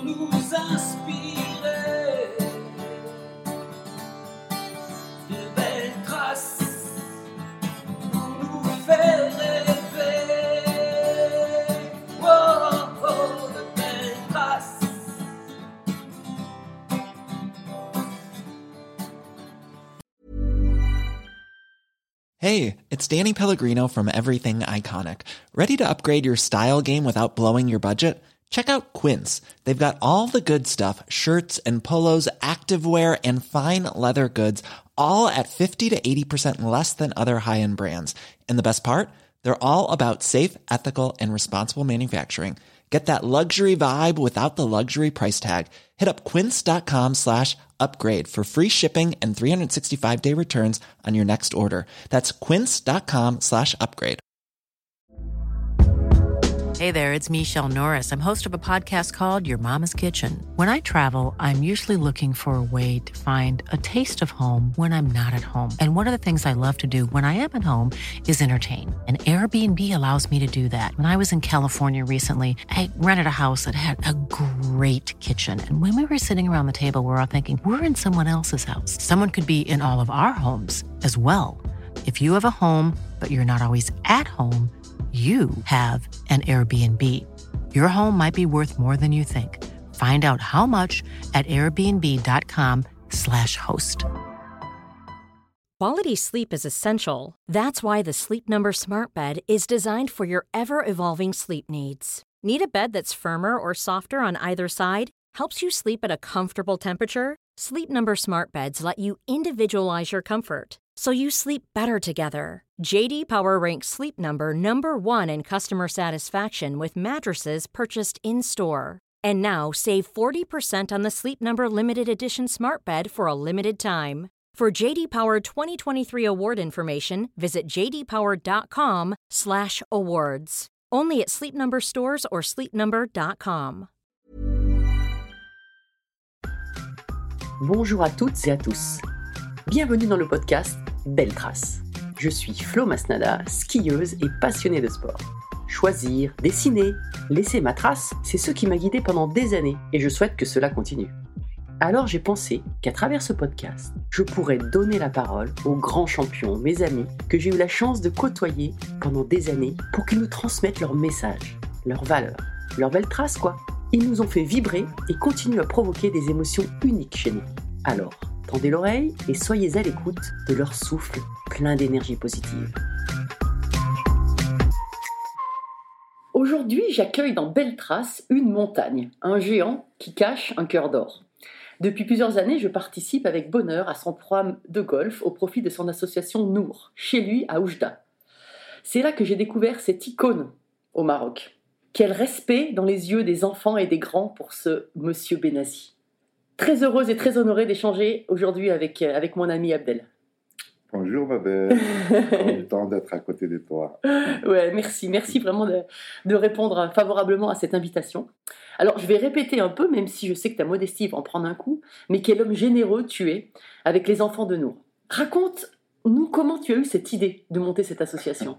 nous inspirer de belles traces pour nous faire rêver. Oh, oh, de belles traces. Hey, it's Danny Pellegrino from Everything Iconic. Ready to upgrade your style game without blowing your budget? Check out Quince. They've got all the good stuff, shirts and polos, activewear, and fine leather goods, all at 50 to 80% less than other high-end brands. And the best part? They're all about safe, ethical, and responsible manufacturing. Get that luxury vibe without the luxury price tag. Hit up quince.com/upgrade for free shipping and 365-day returns on your next order. That's quince.com/upgrade. Hey there, it's Michelle Norris. I'm host of a podcast called Your Mama's Kitchen. When I travel, I'm usually looking for a way to find a taste of home when I'm not at home. And one of the things I love to do when I am at home is entertain. And Airbnb allows me to do that. When I was in California recently, I rented a house that had a great kitchen. And when we were sitting around the table, we were all thinking, we're in someone else's house. Someone could be in all of our homes as well. If you have a home, but you're not always at home, you have an Airbnb. Your home might be worth more than you think. Find out how much at airbnb.com/host. Quality sleep is essential. That's why the Sleep Number Smart Bed is designed for your ever-evolving sleep needs. Need a bed that's firmer or softer on either side? Helps you sleep at a comfortable temperature? Sleep Number Smart Beds let you individualize your comfort, so you sleep better together. J.D. Power ranks Sleep Number number 1 in customer satisfaction with mattresses purchased in-store. And now, save 40% on the Sleep Number Limited Edition Smart Bed for a limited time. For J.D. Power 2023 award information, visit jdpower.com/awards. Only at Sleep Number stores or sleepnumber.com. Bonjour à toutes et à tous. Bienvenue dans le podcast Belles Traces. Je suis Flo Masnada, skieuse et passionnée de sport. Choisir, dessiner, laisser ma trace, c'est ce qui m'a guidée pendant des années et je souhaite que cela continue. Alors j'ai pensé qu'à travers ce podcast, je pourrais donner la parole aux grands champions, mes amis, que j'ai eu la chance de côtoyer pendant des années pour qu'ils nous transmettent leurs messages, leurs valeurs, leurs belles traces quoi. Ils nous ont fait vibrer et continuent à provoquer des émotions uniques chez nous. Alors, tendez l'oreille et soyez à l'écoute de leur souffle plein d'énergie positive. Aujourd'hui, j'accueille dans Belles Traces une montagne, un géant qui cache un cœur d'or. Depuis plusieurs années, je participe avec bonheur à son programme de golf au profit de son association Nour, chez lui à Oujda. C'est là que j'ai découvert cette icône au Maroc. Quel respect dans les yeux des enfants et des grands pour ce monsieur Benassi. Très heureuse et très honorée d'échanger aujourd'hui avec mon ami Abdel. Bonjour ma belle, content d'être à côté de toi. Ouais, merci vraiment de répondre favorablement à cette invitation. Alors je vais répéter un peu, même si je sais que ta modestie va en prendre un coup, mais quel homme généreux tu es avec les enfants de Nour. Raconte-nous comment tu as eu cette idée de monter cette association.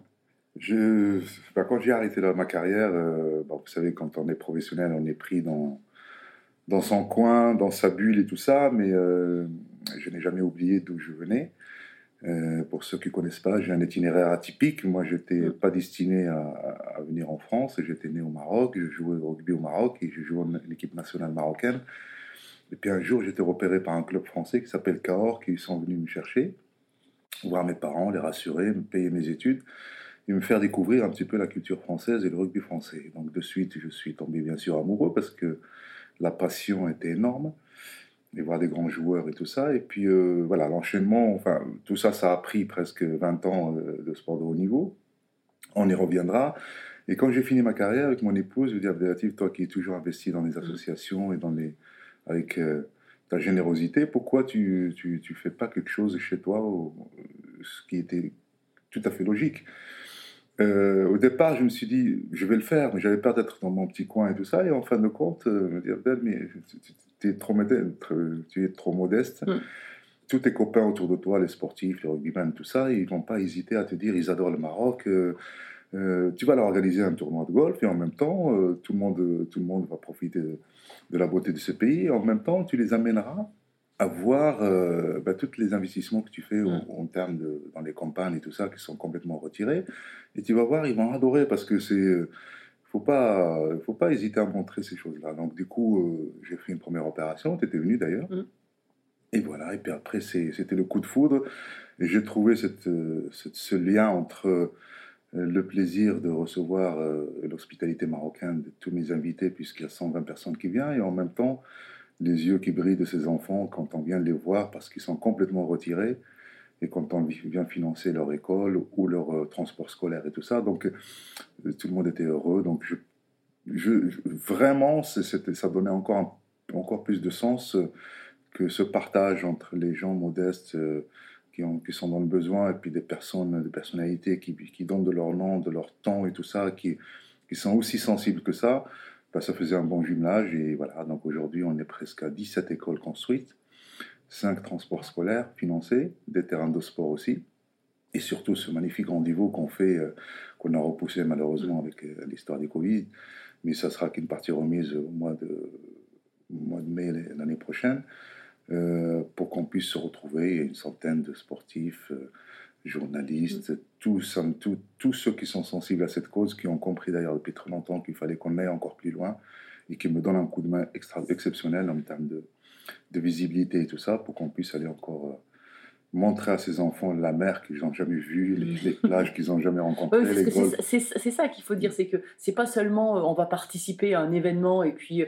Quand j'ai arrêté ma carrière, vous savez, quand on est professionnel, on est pris dans son coin, dans sa bulle et tout ça, mais je n'ai jamais oublié d'où je venais. Pour ceux qui ne connaissent pas, j'ai un itinéraire atypique. Moi, je n'étais pas destiné à venir en France. J'étais né au Maroc, je jouais au rugby au Maroc et je jouais en équipe nationale marocaine. Et puis un jour, j'étais repéré par un club français qui s'appelle Cahors, qui sont venus me chercher, voir mes parents, les rassurer, me payer mes études et me faire découvrir un petit peu la culture française et le rugby français. Donc de suite, je suis tombé bien sûr amoureux parce que la passion était énorme, et voir des grands joueurs et tout ça. Et puis l'enchaînement, tout ça, ça a pris presque 20 ans de sport de haut niveau. On y reviendra. Et quand j'ai fini ma carrière avec mon épouse, je dis Abdelatif, toi qui es toujours investi dans les associations et avec ta générosité, pourquoi tu fais pas quelque chose chez toi, ce qui était tout à fait logique. Au départ, je me suis dit, je vais le faire, mais j'avais peur d'être dans mon petit coin et tout ça. Et en fin de compte, me dire, Abdel, mais tu es trop modeste. Tous tes copains autour de toi, les sportifs, les rugbymen, tout ça, ils vont pas hésiter à te dire, ils adorent le Maroc. Tu vas leur organiser un tournoi de golf et en même temps, tout le monde va profiter de la beauté de ce pays. Et en même temps, tu les amèneras à voir tous les investissements que tu fais en termes dans les campagnes et tout ça qui sont complètement retirés. Et tu vas voir, ils vont adorer parce que faut pas hésiter à montrer ces choses-là. Donc du coup, j'ai fait une première opération. Tu étais venu d'ailleurs. Et voilà. Et puis après, c'était le coup de foudre. Et j'ai trouvé ce lien entre le plaisir de recevoir l'hospitalité marocaine de tous mes invités, puisqu'il y a 120 personnes qui viennent, et en même temps, les yeux qui brillent de ces enfants quand on vient les voir parce qu'ils sont complètement retirés et quand on vient financer leur école ou leur transport scolaire et tout ça. Donc, tout le monde était heureux. Donc, vraiment, ça donnait encore plus de sens que ce partage entre les gens modestes qui sont dans le besoin et puis des personnalités qui donnent de leur nom, de leur temps et tout ça, qui sont aussi sensibles que ça. Ça faisait un bon jumelage et voilà, donc aujourd'hui on est presque à 17 écoles construites, 5 transports scolaires financés, des terrains de sport aussi, et surtout ce magnifique rendez-vous qu'on a repoussé malheureusement avec l'histoire du Covid, mais ça sera qu'une partie remise au mois de mai l'année prochaine, pour qu'on puisse se retrouver. Il y a une centaine de sportifs, journalistes, tous ceux qui sont sensibles à cette cause, qui ont compris d'ailleurs depuis très longtemps qu'il fallait qu'on aille encore plus loin et qui me donnent un coup de main exceptionnel en termes de visibilité et tout ça, pour qu'on puisse aller encore montrer à ces enfants la mer qu'ils n'ont jamais vue, les plages qu'ils n'ont jamais rencontrées. C'est ça qu'il faut dire, c'est que c'est pas seulement on va participer à un événement et puis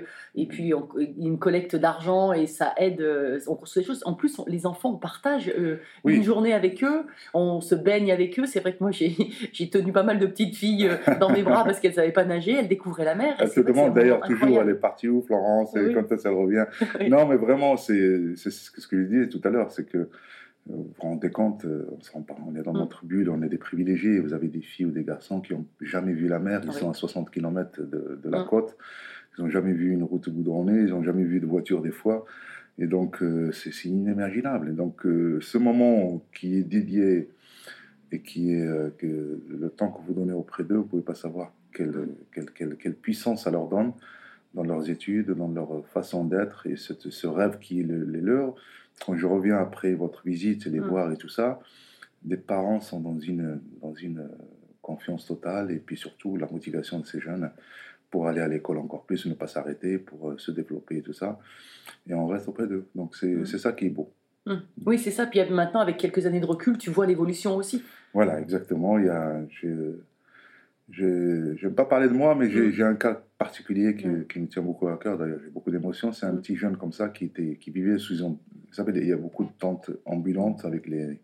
une collecte d'argent et ça aide, on construit des choses. En plus, les enfants, on partage une journée avec eux, on se baigne avec eux. C'est vrai que moi, j'ai tenu pas mal de petites filles dans mes bras parce qu'elles ne savaient pas nager, elles découvraient la mer. Elles se demandent d'ailleurs toujours, elle est partie où, Florence, et quand est-ce qu'elle revient. Non, mais vraiment, c'est ce que je disais tout à l'heure, c'est que vous vous rendez compte, on est dans notre bulle, on est des privilégiés. Vous avez des filles ou des garçons qui n'ont jamais vu la mer, ils sont à 60 km de la côte, ils n'ont jamais vu une route goudronnée, ils n'ont jamais vu de voiture des fois, et donc c'est inimaginable. Et donc ce moment qui est dédié et qui est que le temps que vous donnez auprès d'eux, vous ne pouvez pas savoir quelle puissance ça leur donne dans leurs études, dans leur façon d'être, et ce rêve qui est les leurs. Quand je reviens après votre visite, les voir et tout ça, les parents sont dans une confiance totale, et puis surtout la motivation de ces jeunes pour aller à l'école encore plus, ne pas s'arrêter, pour se développer et tout ça. Et on reste auprès d'eux. Donc c'est ça qui est beau. Oui, c'est ça. Puis maintenant, avec quelques années de recul, tu vois l'évolution aussi. Voilà, exactement. Je n'aime pas parler de moi, mais j'ai un cas particulier qui me tient beaucoup à cœur. D'ailleurs, j'ai beaucoup d'émotions. C'est un petit jeune comme ça qui vivait il y a beaucoup de tentes ambulantes avec les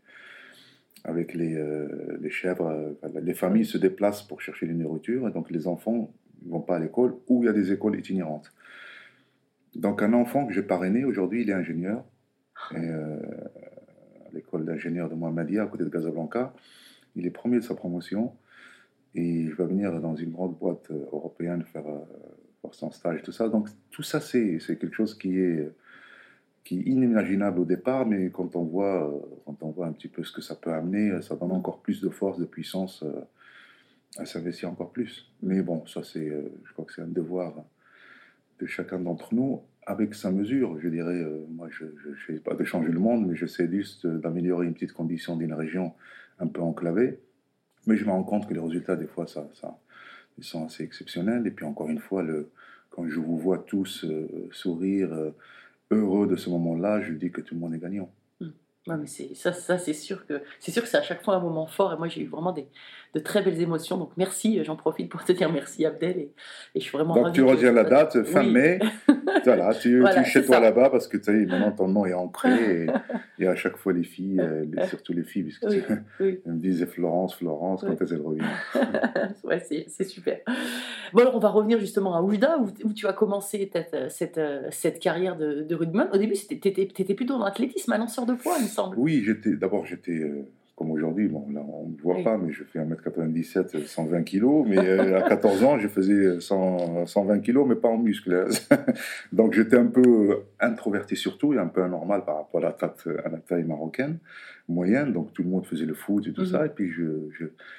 chèvres. Les familles se déplacent pour chercher les nourritures, et donc les enfants ne vont pas à l'école, ou il y a des écoles itinérantes. Donc un enfant que j'ai parrainé, aujourd'hui, il est ingénieur. Et, à l'école d'ingénieur de Mohammedia, à côté de Casablanca. Il est premier de sa promotion. Et il va venir dans une grande boîte européenne faire son stage et tout ça. Donc tout ça, c'est quelque chose qui est inimaginable au départ, mais quand on voit un petit peu ce que ça peut amener, ça donne encore plus de force, de puissance à s'investir encore plus. Mais bon, ça je crois que c'est un devoir de chacun d'entre nous, avec sa mesure. Je dirais, moi je ne sais pas de changer le monde, mais j'essaie juste d'améliorer une petite condition d'une région un peu enclavée. Mais je me rends compte que les résultats, des fois, ils sont assez exceptionnels. Et puis, encore une fois, quand je vous vois tous sourire, heureux de ce moment-là, je dis que tout le monde est gagnant. Ouais, mais ça, c'est sûr que c'est à chaque fois un moment fort. Et moi, j'ai eu vraiment de très belles émotions. Donc, merci. J'en profite pour te dire merci, Abdel. Et je suis vraiment ravie. Donc, tu retiens la date, fin mai. Voilà, tu es chez toi là-bas parce que tu sais, maintenant ton nom est ancré. Et à chaque fois, les filles, surtout les filles, puisque elles me disaient Florence, quand est-ce qu'elle revient. Ouais, c'est super. Bon, alors, on va revenir justement à Oujda, où tu as commencé cette carrière de rugbyman. Au début, tu étais plutôt dans l'athlétisme, un lanceur de poids, il me semble. Oui, j'étais comme aujourd'hui, bon, là on ne me voit pas, mais je fais 1m97, 120 kg, mais à 14 ans, je faisais 120 kg, mais pas en muscle. Donc j'étais un peu introverti surtout, et un peu anormal par rapport à la taille marocaine, moyenne, donc tout le monde faisait le foot et tout ça, et puis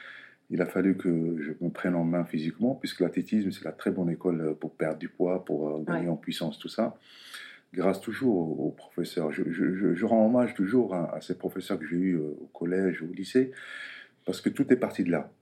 Il a fallu que je me prenne en main physiquement, puisque l'athlétisme, c'est la très bonne école pour perdre du poids, pour gagner en puissance, tout ça. Grâce toujours aux professeurs. Je rends hommage toujours à ces professeurs que j'ai eus au collège, au lycée, parce que tout est parti de là.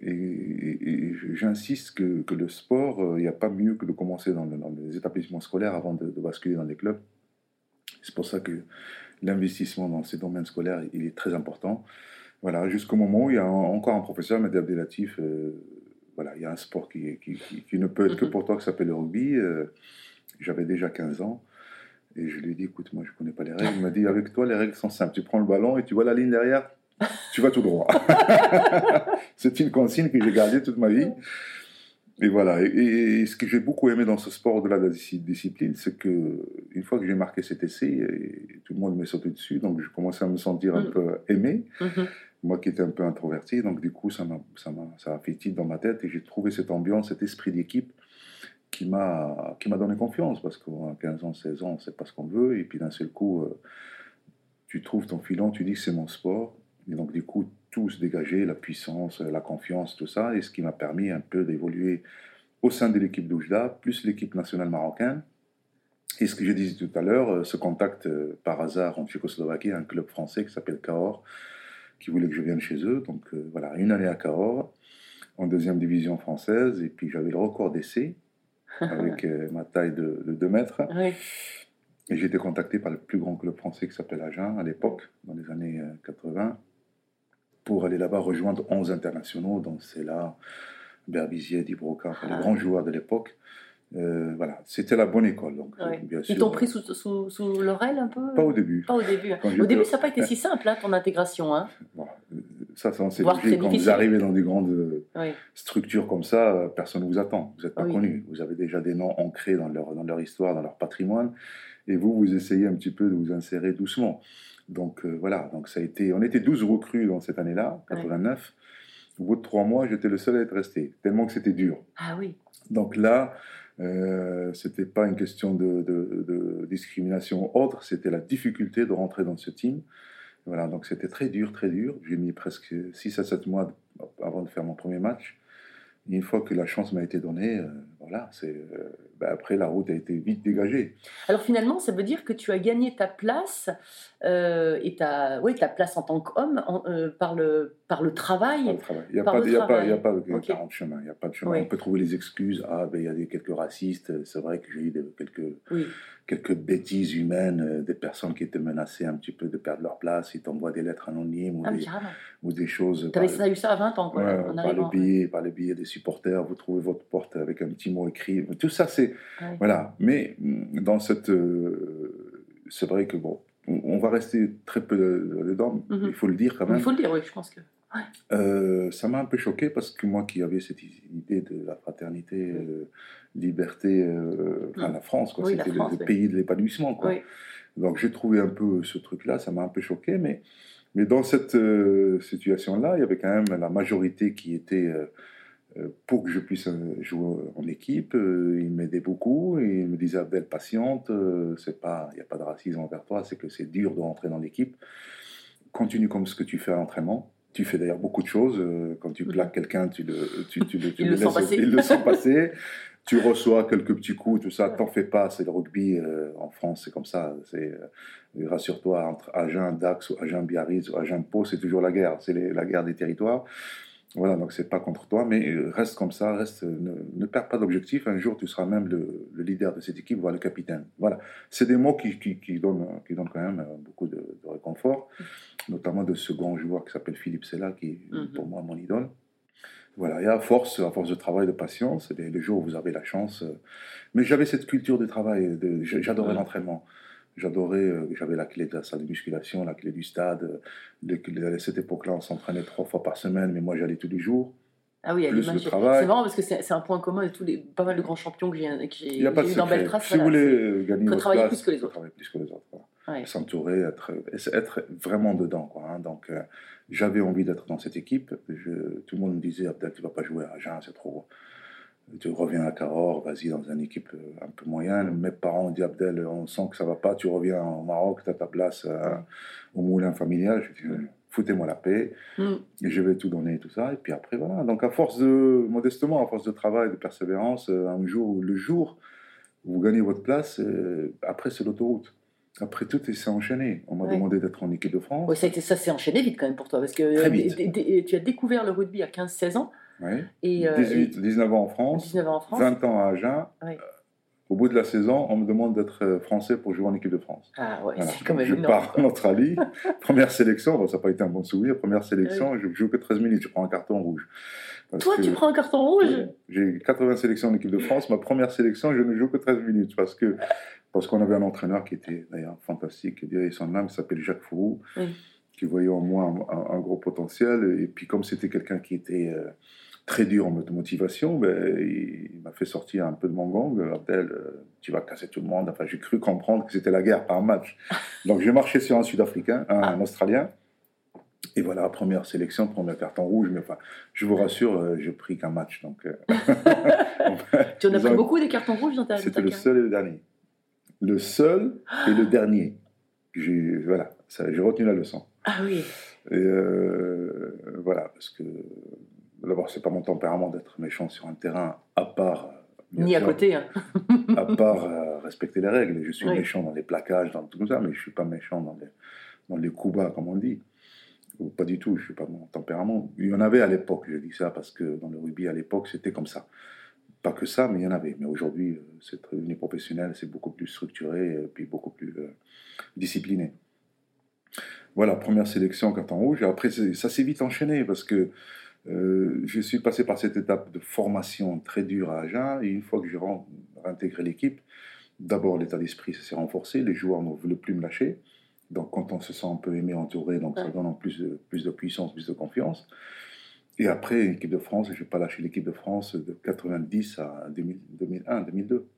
Et j'insiste que le sport, il n'y a pas mieux que de commencer dans les établissements scolaires avant de basculer dans les clubs. C'est pour ça que l'investissement dans ces domaines scolaires, il est très important. Voilà, jusqu'au moment où il y a encore un professeur, Mehdi Abdelatif, voilà, il y a un sport qui ne peut être que pour toi, qui s'appelle le rugby. J'avais déjà 15 ans. Et je lui ai dit, écoute, moi, je ne connais pas les règles. Il m'a dit, avec toi, les règles sont simples. Tu prends le ballon et tu vois la ligne derrière, tu vas tout droit. C'est une consigne que j'ai gardée toute ma vie. Et voilà. Et ce que j'ai beaucoup aimé dans ce sport, au-delà de la discipline, c'est qu'une fois que j'ai marqué cet essai, et tout le monde m'est sauté dessus, donc je commençais à me sentir un peu aimé. Moi qui étais un peu introverti, donc du coup, ça a fait tilt dans ma tête et j'ai trouvé cette ambiance, cet esprit d'équipe qui m'a donné confiance, parce qu'à 15 ans, 16 ans, on ne sait pas ce qu'on veut, et puis d'un seul coup, tu trouves ton filon, tu dis que c'est mon sport, et donc du coup, tout se dégageait, la puissance, la confiance, tout ça, et ce qui m'a permis un peu d'évoluer au sein de l'équipe d'Oujda, plus l'équipe nationale marocaine, et ce que je disais tout à l'heure, ce contact par hasard en Tchécoslovaquie, un club français qui s'appelle Cahors, qui voulait que je vienne chez eux, donc voilà, une année à Cahors, en deuxième division française, et puis j'avais le record d'essai, avec ma taille de 2 mètres. Oui. Et j'ai été contacté par le plus grand club français qui s'appelle Agen, à l'époque, dans les années 80, pour aller là-bas rejoindre 11 internationaux, dont Sella, Berbizier, Dibroca, enfin, les grands joueurs de l'époque. Voilà, c'était la bonne école. Donc, bien sûr, ils t'ont pris sous leur aile un peu? Pas au début. Pas au début. Au début, ça n'a pas été si simple, hein, ton intégration. Hein. Bon, ça c'est logique. Quand vous arrivez dans des grandes structures comme ça, personne ne vous attend. Vous n'êtes pas connu. Vous avez déjà des noms ancrés dans leur histoire, dans leur patrimoine. Et vous essayez un petit peu de vous insérer doucement. Donc voilà, donc ça a été, on était 12 recrues dans cette année-là, 89. Au bout de 3 mois, j'étais le seul à être resté, tellement que c'était dur. Ah oui. Donc là, c'était pas une question de discrimination ou autre, c'était la difficulté de rentrer dans ce team. Voilà, donc c'était très dur, très dur. J'ai mis presque 6 à 7 mois avant de faire mon premier match. Et une fois que la chance m'a été donnée, voilà, après la route a été vite dégagée. Alors finalement, ça veut dire que tu as gagné ta place, ta place en tant qu'homme par le travail. Il n'y a pas de 40 chemins. Il y a pas de chemin. On peut trouver les excuses. Il y a quelques racistes. C'est vrai que j'ai eu quelques bêtises humaines, des personnes qui étaient menacées un petit peu de perdre leur place. Ils t'envoient des lettres anonymes ou des choses. Tu avais eu ça à 20 ans, quoi, en arrivant. Par le biais des supporters, vous trouvez votre porte avec un petit mot écrit. Tout ça, c'est... Voilà. Mais dans cette... c'est vrai que, bon, on va rester très peu dedans, il faut le dire quand même. Il faut le dire, oui, je pense que... ça m'a un peu choqué parce que moi qui avais cette idée de la fraternité, liberté, la France, quoi, c'était le pays de l'épanouissement, quoi. Donc j'ai trouvé un peu ce truc-là, ça m'a un peu choqué, mais dans cette situation-là, il y avait quand même la majorité qui était pour que je puisse jouer en équipe. Ils m'aidaient beaucoup, et ils me disaient Abdel, patiente, il n'y a pas de racisme envers toi, c'est que c'est dur de rentrer dans l'équipe. Continue comme ce que tu fais à l'entraînement. Tu fais d'ailleurs beaucoup de choses. Quand tu plaques quelqu'un, tu le sens passer. Tu reçois quelques petits coups, tout ça. T'en fais pas, c'est le rugby en France, c'est comme ça. Rassure-toi, entre Agen, Dax, ou Agen, Biarritz, ou Agen, Pau, c'est toujours la guerre. C'est la guerre des territoires. Voilà, donc c'est pas contre toi, mais reste comme ça, ne perds pas d'objectif. Un jour, tu seras même le leader de cette équipe, voire le capitaine. Voilà, c'est des mots qui donnent quand même beaucoup de réconfort, notamment de ce grand joueur qui s'appelle Philippe Sella, qui est pour moi mon idole. Voilà, et à force de travail, de patience, les jours où vous avez la chance. Mais j'avais cette culture de travail, j'adorais l'entraînement. J'avais la clé de la salle de musculation, la clé du stade. À cette époque-là, on s'entraînait 3 fois par semaine, mais moi j'allais tous les jours. Ah oui, plus le travail. C'est marrant parce que c'est un point commun de pas mal de grands champions que j'ai eu dans Beltrace. Si vous voulez gagner votre place, plus que les autres. Travailler plus que les autres. S'entourer, être vraiment dedans, quoi, hein. Donc j'avais envie d'être dans cette équipe. Tout le monde me disait Abdel, tu vas pas jouer à Agen, c'est trop. Tu reviens à Cahors, vas-y dans une équipe un peu moyenne. Mes parents ont dit Abdel, on sent que ça va pas, tu reviens au Maroc, tu as ta place au moulin familial. Je dis, foutez-moi la paix, Mm. et je vais tout donner, tout ça. Et puis après, voilà. Donc, modestement, à force de travail, de persévérance, le jour où vous gagnez votre place, après, c'est l'autoroute. Après, tout s'est enchaîné. On m'a Ouais. demandé d'être en équipe de France. Ouais, ça s'est enchaîné vite quand même pour toi, parce que Très vite. tu as découvert le rugby à 15-16 ans, Ouais. et 19 ans en France, 19 ans en France. 20 ans à Agen. Ouais. Au bout de la saison, on me demande d'être français pour jouer en équipe de France. Ah ouais, Voilà. c'est quand même Je énorme. pars en Australie, première sélection, bon, ça n'a pas été un bon souvenir, première sélection, je joue que 13 minutes, je prends un carton rouge. Parce Toi, que tu prends un carton rouge? J'ai 80 sélections en équipe de France, ma première sélection, je ne joue que 13 minutes, parce qu'on avait un entraîneur qui était d'ailleurs fantastique, qui dirait son nom, qui s'appelle Jacques Fourou, Oui. qui voyait en moi un gros potentiel, et puis comme c'était quelqu'un qui était très dur en motivation, il m'a fait sortir un peu de mon gang. Abdel, tu vas casser tout le monde. Enfin, j'ai cru comprendre que c'était la guerre par match. Donc, j'ai marché sur un Sud-Africain, un Australien. Et voilà, première sélection, premier carton rouge. Mais enfin, je vous rassure, j'ai pris qu'un match. Donc, Tu en as pris beaucoup des cartons rouges dans ta c'était le carrière? seul et le dernier. Le seul et le dernier. Voilà, j'ai retenu la leçon. Ah oui. Et voilà, parce que d'abord, c'est pas mon tempérament d'être méchant sur un terrain, à part Ni à côté. Hein. à part respecter les règles. Je suis Oui. méchant dans les plaquages, dans tout ça, mais je suis pas méchant dans les coups bas, comme on dit. Ou pas du tout, je suis pas mon tempérament. Il y en avait à l'époque, je dis ça parce que dans le rugby à l'époque, c'était comme ça. Pas que ça, mais il y en avait. Mais aujourd'hui, c'est devenu professionnel, c'est beaucoup plus structuré, et puis beaucoup plus discipliné. Voilà, première sélection, carton rouge. Après, ça s'est vite enchaîné parce que je suis passé par cette étape de formation très dure à Agen. Et une fois que j'ai réintégré l'équipe, d'abord l'état d'esprit s'est renforcé, les joueurs ne voulaient plus me lâcher. Donc quand on se sent un peu aimé, entouré, donc ça donne en plus de puissance, plus de confiance. Et après, l'équipe de France, je n'ai pas lâché l'équipe de France de 90 à 2001, 2002.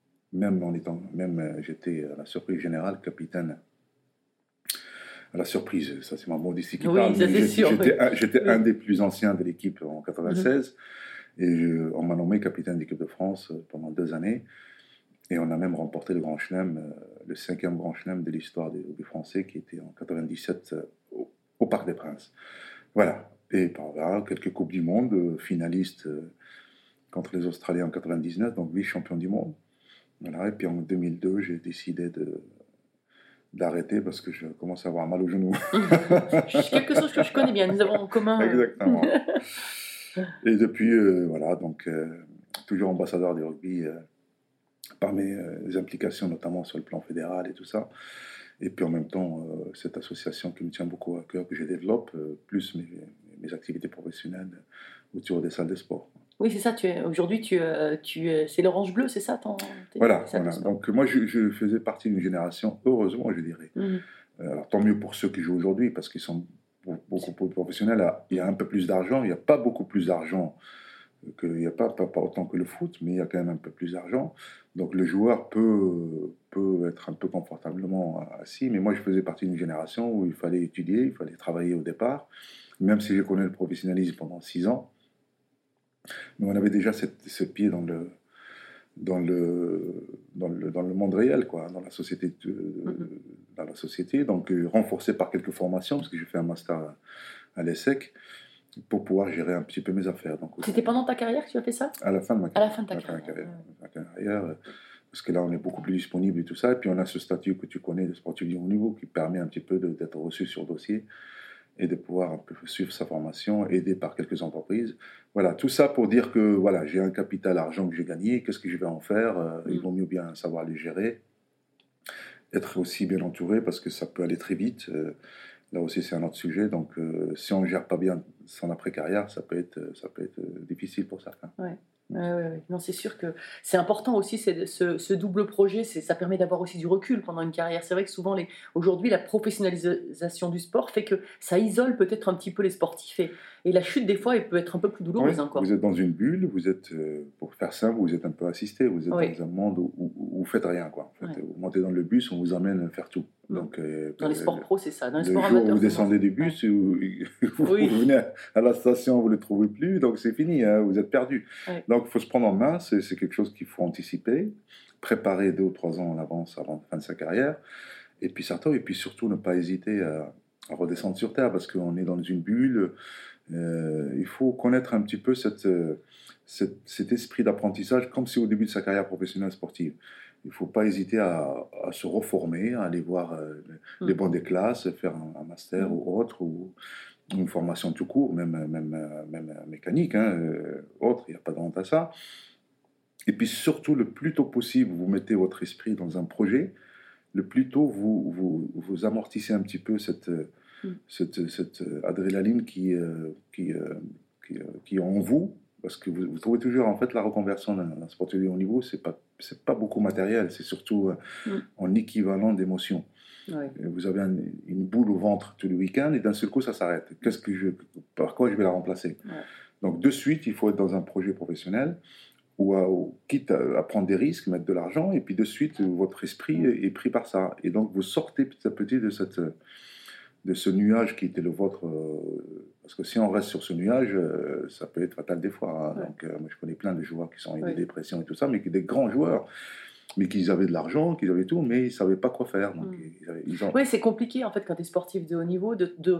J'étais à la surprise générale, capitaine. À la surprise, ça c'est ma modestie qui Oui, parle. ça, c'est sûr, J'étais un des plus anciens de l'équipe en 96 et on m'a nommé capitaine d'équipe de France pendant 2 années et on a même remporté le Grand Chelem, le 5e Grand Chelem de l'histoire des rugby français qui était en 97 au Parc des Princes. Voilà, et par là, quelques Coupes du Monde, finalistes contre les Australiens en 99, donc vice-champion du monde. Voilà, et puis en 2002, j'ai décidé d'arrêter parce que je commence à avoir mal au genou. Quelque chose que je connais bien, nous avons en commun. Exactement. Et depuis, voilà, donc toujours ambassadeur du rugby par mes implications, notamment sur le plan fédéral et tout ça. Et puis en même temps, cette association qui me tient beaucoup à cœur, que je développe, plus mes activités professionnelles autour des salles de sport. Oui, c'est ça. Aujourd'hui, c'est l'orange bleu, c'est ça Voilà. Donc moi, je faisais partie d'une génération, heureusement, je dirais. Alors tant mieux pour ceux qui jouent aujourd'hui, parce qu'ils sont beaucoup plus professionnels. Il y a un peu plus d'argent. Il n'y a pas beaucoup plus d'argent. Il n'y a pas autant que le foot, mais il y a quand même un peu plus d'argent. Donc le joueur peut être un peu confortablement assis. Mais moi, je faisais partie d'une génération où il fallait étudier, il fallait travailler au départ. Même si j'ai connu le professionnalisme pendant 6 ans, mais on avait déjà ce pied dans le monde réel, quoi, dans la société. Donc renforcé par quelques formations, parce que j'ai fait un master à l'ESSEC, pour pouvoir gérer un petit peu mes affaires. Donc, c'était pendant ta carrière que tu as fait ça? À la fin de ma carrière. À la fin de ta carrière. Parce que là, on est beaucoup plus disponible et tout ça. Et puis, on a ce statut que tu connais de sportif de haut niveau qui permet un petit peu d'être reçu sur dossier et de pouvoir un peu suivre sa formation, aidé par quelques entreprises. Voilà, tout ça pour dire que voilà, j'ai un capital argent que j'ai gagné. Qu'est-ce que je vais en faire? Il vaut mieux bien savoir les gérer. Être aussi bien entouré parce que ça peut aller très vite. Là aussi, c'est un autre sujet. Donc, si on ne gère pas bien son après-carrière, ça peut être difficile pour certains. Ouais. Non, c'est sûr que c'est important aussi ce double projet, ça permet d'avoir aussi du recul pendant une carrière. C'est vrai que souvent, aujourd'hui, la professionnalisation du sport fait que ça isole peut-être un petit peu les sportifs et la chute, des fois, elle peut être un peu plus douloureuse encore. Vous êtes dans une bulle, vous êtes, pour faire simple, vous êtes un peu assisté, vous êtes dans un monde où vous faites rien, quoi. En fait, vous montez dans le bus, on vous amène faire tout. Donc, dans les sports pro, c'est ça. Dans les le sports jour amateurs, où vous descendez du bus, vous venez à la station, vous ne les trouvez plus, donc c'est fini, hein, vous êtes perdu. Donc il faut se prendre en main, c'est quelque chose qu'il faut anticiper, préparer 2 ou 3 ans en avance avant la fin de sa carrière, et puis surtout ne pas hésiter redescendre sur Terre parce qu'on est dans une bulle. Il faut connaître un petit peu cet esprit d'apprentissage comme si au début de sa carrière professionnelle sportive. Il ne faut pas hésiter à se reformer, à aller voir les bancs des classes, faire un master ou autre, ou une formation tout court, même mécanique, autre, il n'y a pas de honte à ça. Et puis surtout, le plus tôt possible, vous mettez votre esprit dans un projet, le plus tôt vous amortissez un petit peu cette adrénaline qui est en vous, parce que vous trouvez toujours, en fait, la reconversion d'un sportif de haut niveau, c'est pas beaucoup matériel, c'est surtout en équivalent d'émotions. Ouais. Vous avez une boule au ventre tout le week-end et d'un seul coup ça s'arrête. Par quoi je vais la remplacer? Donc de suite, il faut être dans un projet professionnel ou quitte à prendre des risques, mettre de l'argent, et puis de suite votre esprit est pris par ça. Et donc vous sortez petit à petit de ce nuage qui était le vôtre, parce que si on reste sur ce nuage, ça peut être fatal des fois. Donc moi je connais plein de joueurs qui sont avec des dépressions et tout ça, mais qui des grands joueurs, mais qu'ils avaient de l'argent, qu'ils avaient tout, mais ils ne savaient pas quoi faire. Donc, Oui, c'est compliqué en fait quand tu es sportif de haut niveau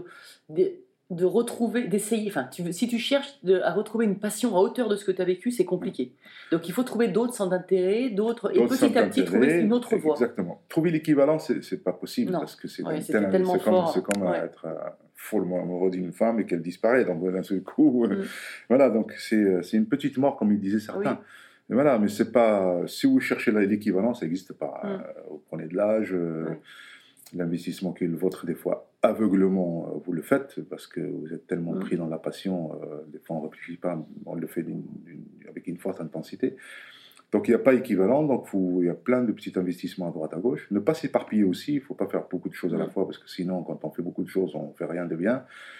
de retrouver, d'essayer, si tu cherches à retrouver une passion à hauteur de ce que tu as vécu, c'est compliqué. Donc il faut trouver d'autres centres d'intérêt, et petit à petit trouver une autre voie. Exactement. Trouver l'équivalent, c'est pas possible, parce que c'est tellement fort. C'est comme être follement amoureux d'une femme et qu'elle disparaît d'un seul coup. Voilà, donc c'est une petite mort, comme ils disaient certains. Et voilà, mais c'est pas. Si vous cherchez l'équivalent, ça n'existe pas. Vous prenez de l'âge, l'investissement qui est le vôtre, des fois aveuglement, vous le faites parce que vous êtes tellement pris dans la passion. Des fois, on ne réfléchit pas, on le fait avec une forte intensité. Donc, il n'y a pas équivalent. Donc, il y a plein de petits investissements à droite à gauche. Ne pas s'éparpiller aussi. Il ne faut pas faire beaucoup de choses à la fois parce que sinon, quand on fait beaucoup de choses, on ne fait rien de bien.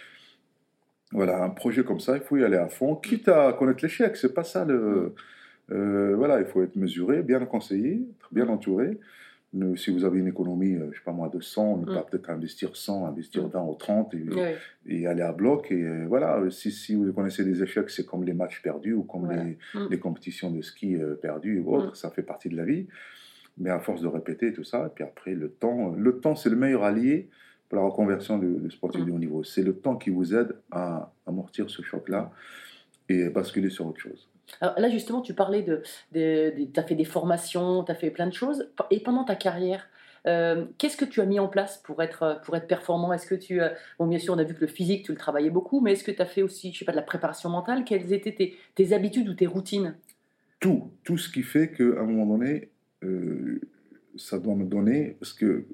Voilà, un projet comme ça, il faut y aller à fond, quitte à connaître l'échec. C'est pas ça voilà, il faut être mesuré, bien conseillé, être bien entouré. Si vous avez une économie, je sais pas moi, de 100, ne pas peut-être investir 100, investir 20 ou 30 et aller à bloc. Et voilà, si vous connaissez des échecs, c'est comme les matchs perdus ou comme les compétitions de ski perdues ou autres, ça fait partie de la vie. Mais à force de répéter tout ça, et puis après, le temps, c'est le meilleur allié pour la reconversion de sportif de haut niveau. C'est le temps qui vous aide à amortir ce choc-là et basculer sur autre chose. Alors là, justement, tu parlais tu as fait des formations, tu as fait plein de choses. Et pendant ta carrière, qu'est-ce que tu as mis en place pour être performant? Est-ce que bon, bien sûr, on a vu que le physique, tu le travaillais beaucoup, mais est-ce que tu as fait aussi, je sais pas, de la préparation mentale? Quelles étaient tes habitudes ou tes routines? Tout ce qui fait qu'à un moment donné, ça doit me donner, parce que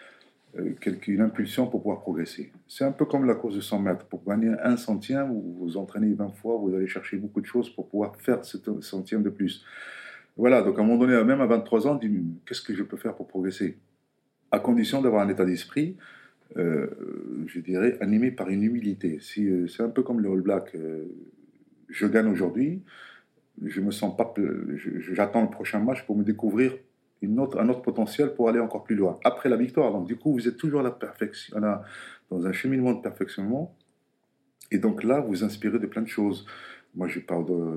une impulsion pour pouvoir progresser. C'est un peu comme la course de 100 mètres. Pour gagner 1 centième, vous vous entraînez 20 fois, vous allez chercher beaucoup de choses pour pouvoir faire ce centième de plus. Voilà, donc à un moment donné, même à 23 ans, qu'est-ce que je peux faire pour progresser? À condition d'avoir un état d'esprit, je dirais, animé par une humilité. C'est un peu comme le All Black. Je gagne aujourd'hui, je me sens pas... J'attends le prochain match pour me découvrir un autre potentiel pour aller encore plus loin après la victoire. Donc du coup vous êtes toujours à la perfection, dans un cheminement de perfectionnement, et donc là vous inspirez de plein de choses. Moi je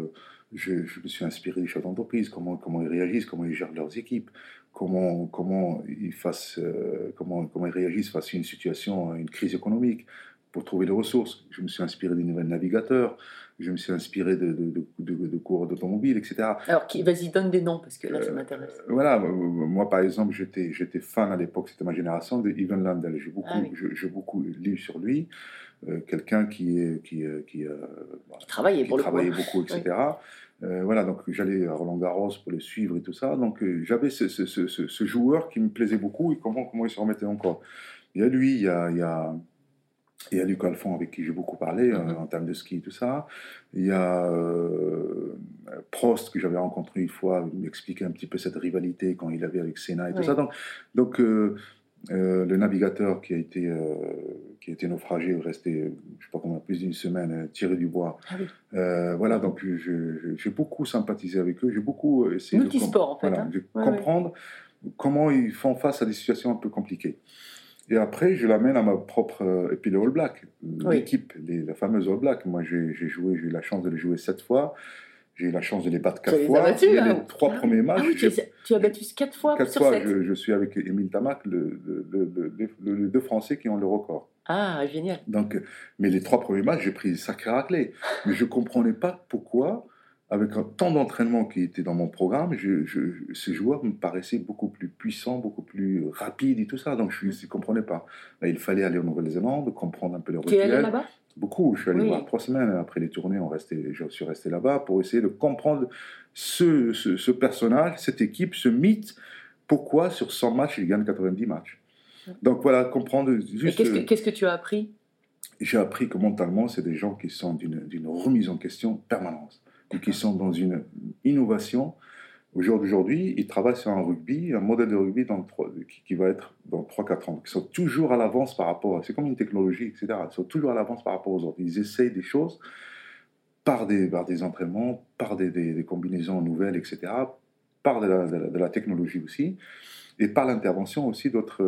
me suis inspiré des chefs d'entreprise, comment ils réagissent, comment ils gèrent leurs équipes, comment ils réagissent face à une situation, une crise économique, pour trouver les ressources. Je me suis inspiré des nouvelles navigateurs, je me suis inspiré de cours d'automobile, etc. Alors, vas-y, donne des noms, parce que là, ça m'intéresse. Voilà, moi, par exemple, j'étais fan à l'époque, c'était ma génération, de Ivan Lendl. J'ai beaucoup lu sur lui, quelqu'un qui travaillait beaucoup, etc. Voilà, donc j'allais à Roland-Garros pour le suivre et tout ça. Donc j'avais ce joueur qui me plaisait beaucoup, et comment il se remettait encore. Il y a lui, il y a Luc Alphon avec qui j'ai beaucoup parlé en termes de ski et tout ça. Il y a Prost que j'avais rencontré une fois, il m'expliquait un petit peu cette rivalité quand il avait avec Senna et tout ça. Donc le navigateur qui a été naufragé, resté, je sais pas comment, plus d'une semaine, tiré du bois. Voilà, donc j'ai beaucoup sympathisé avec eux, j'ai beaucoup essayé de comprendre comment ils font face à des situations un peu compliquées. Et après, je l'amène à ma propre... Et puis le All Black, l'équipe, la fameuse All Black. Moi, j'ai eu la chance de les jouer 7 fois. J'ai eu la chance de les battre 4 fois. Les 3 premiers matchs. Tu as battu 4 fois 4 sur fois, 7. je suis avec Émile Tamac, les 2 Français qui ont le record. Ah, génial. Donc, mais les 3 premiers matchs, j'ai pris des sacrés raclés. Mais je ne comprenais pas pourquoi, avec un temps d'entraînement qui était dans mon programme, ces joueurs me paraissaient beaucoup plus puissants, beaucoup plus rapides et tout ça. Donc, je ne comprenais pas. Là, il fallait aller en Nouvelle-Zélande, comprendre un peu le Tu es allé rituel. là-bas? Beaucoup. Je suis allé Oui. voir 3 semaines après les tournées. Je suis resté là-bas pour essayer de comprendre ce personnage, cette équipe, ce mythe. Pourquoi sur 100 matchs, il gagne 90 matchs. Donc voilà, comprendre juste... Et qu'est-ce que tu as appris? J'ai appris que mentalement, c'est des gens qui sont d'une remise en question permanente et qui sont dans une innovation. Au jour d'aujourd'hui, ils travaillent sur un rugby, un modèle de rugby qui va être dans 3-4 ans. Ils sont toujours à l'avance par rapport... C'est comme une technologie, etc. Ils sont toujours à l'avance par rapport aux autres. Ils essayent des choses par des entraînements, par des combinaisons nouvelles, etc., par de la technologie aussi, et par l'intervention aussi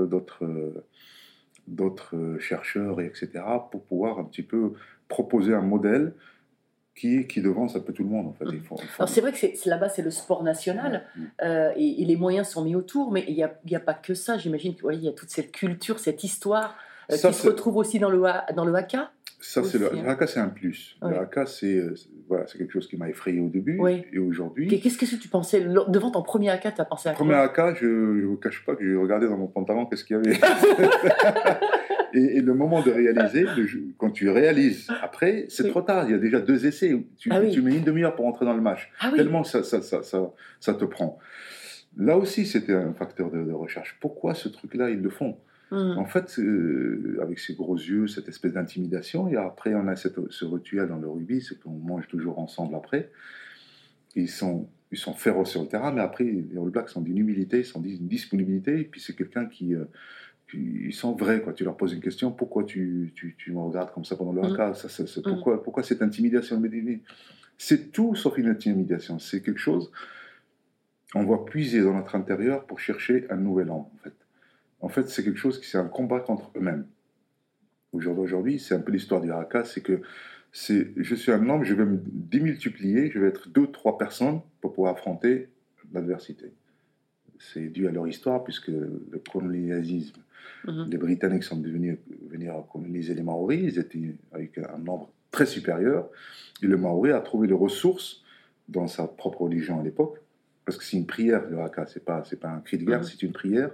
d'autres chercheurs, etc., pour pouvoir un petit peu proposer un modèle qui devance un peu tout le monde, en fait. Alors c'est vrai que là-bas, c'est le sport national, et les moyens sont mis autour, mais il n'y a pas que ça. J'imagine qu'il y a toute cette culture, cette histoire qui se retrouve aussi dans le haka. Ça, aussi, le haka, c'est un plus. Oui. Le haka, c'est quelque chose qui m'a effrayé au début, oui. Et aujourd'hui... Qu'est-ce que tu pensais devant ton premier haka? Tu as pensé à quoi? Premier haka, je ne vous cache pas que j'ai regardé dans mon pantalon qu'est-ce qu'il y avait. Et le moment de réaliser, quand tu réalises après, c'est trop tard. Il y a déjà 2 essais. Tu mets une demi-heure pour entrer dans le match. Tellement ça te prend. Là aussi, c'était un facteur de recherche. Pourquoi ce truc-là, ils le font? En fait, avec ces gros yeux, cette espèce d'intimidation, et après, on a ce rituel dans le rugby, c'est qu'on mange toujours ensemble après. Ils sont féroces sur le terrain, mais après, les All Blacks sont d'une humilité, ils sont d'une disponibilité, et puis c'est quelqu'un qui... ils sont vrais, quoi. Tu leur poses une question, pourquoi tu me regardes comme ça pendant le haka? Pourquoi cette intimidation? C'est tout sauf une intimidation. C'est quelque chose, on va puiser dans notre intérieur pour chercher un nouvel homme, en fait. En fait, c'est quelque chose c'est un combat contre eux-mêmes. Aujourd'hui, c'est un peu l'histoire du haka, c'est que je suis un homme, je vais me démultiplier, je vais être 2-3 personnes pour pouvoir affronter l'adversité. C'est dû à leur histoire, puisque le colonialisme, les Britanniques sont venus coloniser les Maoris, ils étaient avec un nombre très supérieur, et le Maori a trouvé les ressources dans sa propre religion à l'époque, parce que c'est une prière, le haka, c'est pas un cri de guerre, c'est une prière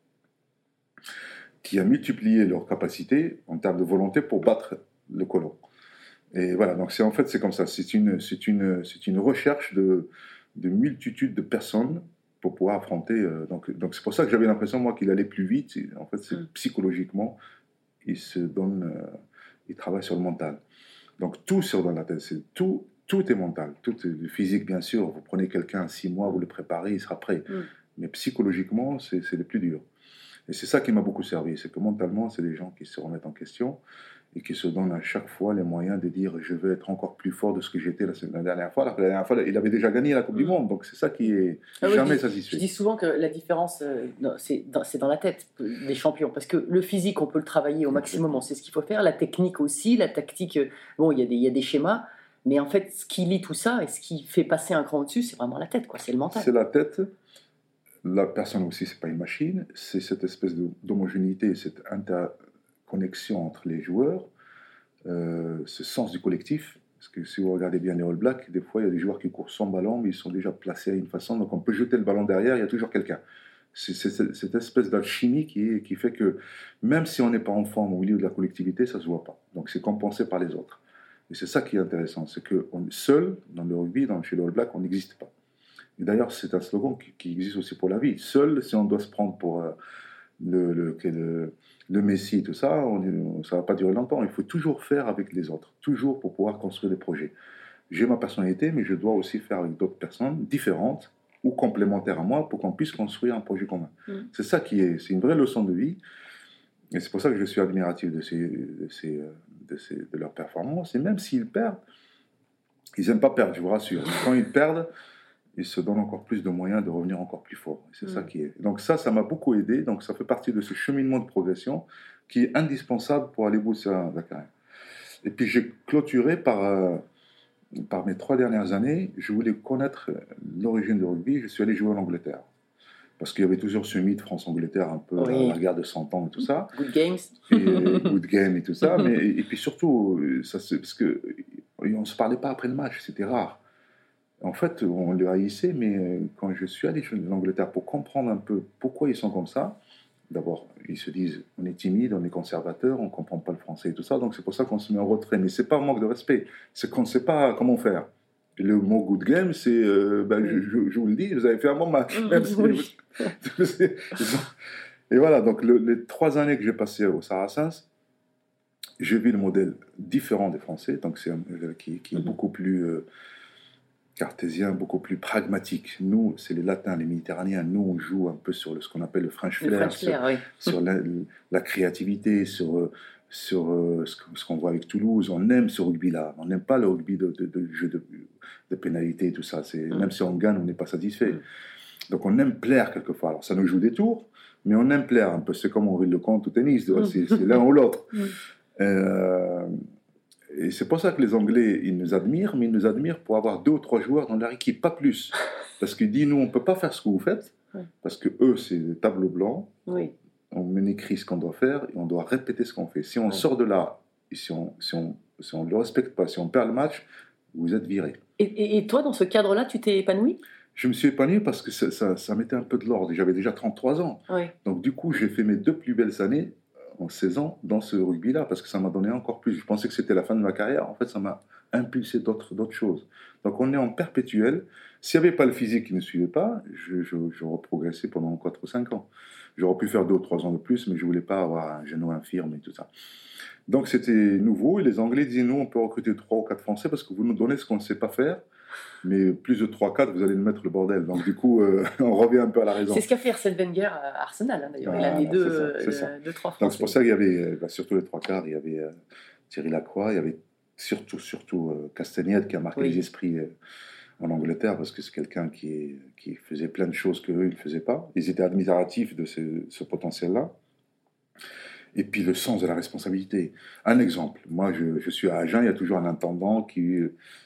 qui a multiplié leurs capacités en termes de volonté pour battre le colon. Et voilà, donc c'est comme ça, c'est une recherche de multitude de personnes pour pouvoir affronter. Donc c'est pour ça que j'avais l'impression, moi, qu'il allait plus vite. En fait, c'est psychologiquement, il travaille sur le mental. Donc tout sur dans la tête, tout est mental. Tout est le physique, bien sûr. Vous prenez quelqu'un 6 mois, vous le préparez, il sera prêt. Mais psychologiquement, c'est le plus dur. Et c'est ça qui m'a beaucoup servi, c'est que mentalement, c'est des gens qui se remettent en question et qui se donnent à chaque fois les moyens de dire « je veux être encore plus fort de ce que j'étais la dernière fois ». La dernière fois, il avait déjà gagné la Coupe du Monde, donc c'est ça qui est jamais satisfait. Je dis souvent que la différence, c'est dans la tête des champions, parce que le physique, on peut le travailler au maximum, on sait ce qu'il faut faire, la technique aussi, la tactique, bon, il y a des schémas, mais en fait, ce qui lie tout ça et ce qui fait passer un cran au-dessus, c'est vraiment la tête, quoi, c'est le mental. C'est la tête. La personne aussi, c'est pas une machine, c'est cette espèce d'homogénéité, cette interconnexion entre les joueurs, ce sens du collectif. Parce que si vous regardez bien les All Blacks, des fois il y a des joueurs qui courent sans ballon, mais ils sont déjà placés à une façon, donc on peut jeter le ballon derrière, il y a toujours quelqu'un. C'est cette espèce d'alchimie qui fait que même si on n'est pas en forme au milieu de la collectivité, ça se voit pas. Donc c'est compensé par les autres. Et c'est ça qui est intéressant, c'est que seul, dans le rugby, chez les All Blacks, on n'existe pas. Et d'ailleurs, c'est un slogan qui existe aussi pour la vie. Seul, si on doit se prendre pour le Messie, tout ça, ça ne va pas durer longtemps. Il faut toujours faire avec les autres, toujours pour pouvoir construire des projets. J'ai ma personnalité, mais je dois aussi faire avec d'autres personnes différentes ou complémentaires à moi pour qu'on puisse construire un projet commun. C'est ça c'est une vraie leçon de vie. Et c'est pour ça que je suis admiratif de leur performance. Et même s'ils perdent, ils n'aiment pas perdre, je vous rassure. Quand ils perdent, ils se donnent encore plus de moyens de revenir encore plus fort. Et c'est ça qui est. Donc ça m'a beaucoup aidé. Donc ça fait partie de ce cheminement de progression qui est indispensable pour aller au bout de la carrière. Et puis j'ai clôturé par mes 3 dernières années, je voulais connaître l'origine du rugby. Je suis allé jouer en Angleterre. Parce qu'il y avait toujours ce mythe France-Angleterre, un peu Oui. la guerre de 100 ans et tout ça. Good games. Et good game et tout ça. Et puis surtout, parce qu'on ne se parlait pas après le match, c'était rare. En fait, on le haïssait, mais quand je suis allé en Angleterre pour comprendre un peu pourquoi ils sont comme ça, d'abord, ils se disent on est timide, on est conservateur, on ne comprend pas le français et tout ça, donc c'est pour ça qu'on se met en retrait. Mais ce n'est pas un manque de respect, c'est qu'on ne sait pas comment faire. Le mot good game, c'est, je vous le dis, vous avez fait un bon match. Même si Oui. Et voilà, donc les 3 années que j'ai passées au Saracens, j'ai vu le modèle différent des Français, donc c'est un modèle qui est beaucoup plus cartésien, beaucoup plus pragmatique. Nous, c'est les Latins, les Méditerranéens. Nous, on joue un peu sur ce qu'on appelle le French Le flair, French flair, oui. sur la créativité, sur ce qu'on voit avec Toulouse. On aime ce rugby-là. On n'aime pas le rugby de jeu de pénalité et tout ça. Même si on gagne, on n'est pas satisfait. Donc on aime plaire quelquefois. Alors ça nous joue des tours, mais on aime plaire un peu. C'est comme Henri Lecomte au tennis, c'est l'un ou l'autre. Et c'est pour ça que les Anglais, ils nous admirent, mais ils nous admirent pour avoir 2 ou 3 joueurs dans leur équipe, pas plus. Parce qu'ils disent, nous, on ne peut pas faire ce que vous faites, parce que eux, c'est le tableau blanc. Oui. On écrit ce qu'on doit faire et on doit répéter ce qu'on fait. Si on sort de là, et si on ne le respecte pas, si on perd le match, vous êtes viré. Et toi, dans ce cadre-là, tu t'es épanoui ? Je me suis épanoui parce que ça mettait un peu de l'ordre. J'avais déjà 33 ans. Oui. Donc du coup, j'ai fait mes 2 plus belles années en 16 ans dans ce rugby-là parce que ça m'a donné encore plus. Je pensais que c'était la fin de ma carrière. En fait, ça m'a impulsé d'autres choses. Donc on est en perpétuel. S'il n'y avait pas le physique qui ne suivait pas, j'aurais progressé pendant 4 ou 5 ans. J'aurais pu faire 2 ou 3 ans de plus, mais je ne voulais pas avoir un genou infirme et tout ça. Donc c'était nouveau. Et les Anglais disaient, nous, on peut recruter 3 ou 4 Français parce que vous nous donnez ce qu'on ne sait pas faire. Mais plus de 3-4, vous allez nous mettre le bordel. Donc du coup, on revient un peu à la raison. C'est ce qu'a fait Arsène Wenger à Arsenal, hein, d'ailleurs. Il a mis 2-3 Français. Donc c'est pour ça qu'il y avait, surtout les 3 quarts, il y avait Thierry Lacroix, il y avait surtout Castagnette qui a marqué les esprits en Angleterre, parce que c'est quelqu'un qui faisait plein de choses qu'eux, ils ne faisaient pas. Ils étaient admiratifs de ce potentiel-là. Et puis le sens de la responsabilité. Un exemple, moi je suis à Agen, il y a toujours un intendant qui...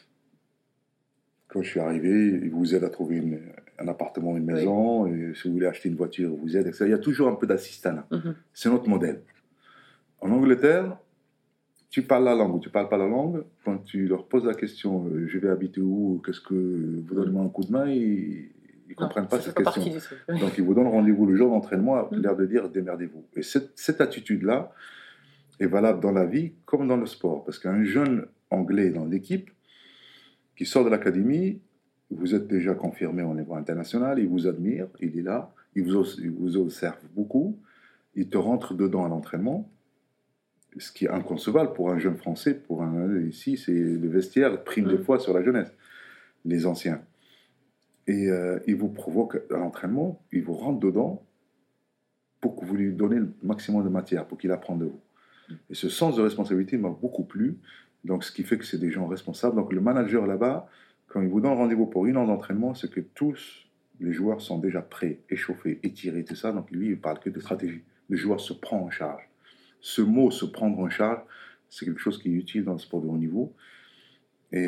Quand je suis arrivé, il vous aide à trouver un appartement, une maison, et si vous voulez acheter une voiture, il vous aide, etc. Il y a toujours un peu d'assistanat. C'est notre modèle. En Angleterre, tu parles la langue ou tu ne parles pas la langue, quand tu leur poses la question « je vais habiter où, qu'est-ce que vous donnez-moi un coup de main », ils ne comprennent pas cette question. Donc ils vous donnent rendez-vous le jour d'entraînement, à l'air de dire « démerdez-vous ». Et cette attitude-là est valable dans la vie comme dans le sport, parce qu'un jeune Anglais dans l'équipe, qui sort de l'académie, vous êtes déjà confirmé au niveau international, il vous admire, il est là, il vous observe beaucoup, il te rentre dedans à l'entraînement, ce qui est inconcevable pour un jeune Français, ici, c'est le vestiaire prime des fois sur la jeunesse, les anciens. Et il vous provoque à l'entraînement, il vous rentre dedans pour que vous lui donnez le maximum de matière, pour qu'il apprenne de vous. Et ce sens de responsabilité m'a beaucoup plu. Donc, ce qui fait que c'est des gens responsables. Donc, le manager là-bas, quand il vous donne rendez-vous pour 1 an d'entraînement, c'est que tous les joueurs sont déjà prêts, échauffés, étirés, tout ça. Donc, lui, il parle que de stratégie. Le joueur se prend en charge. Ce mot, se prendre en charge, c'est quelque chose qui est utile dans le sport de haut niveau. Et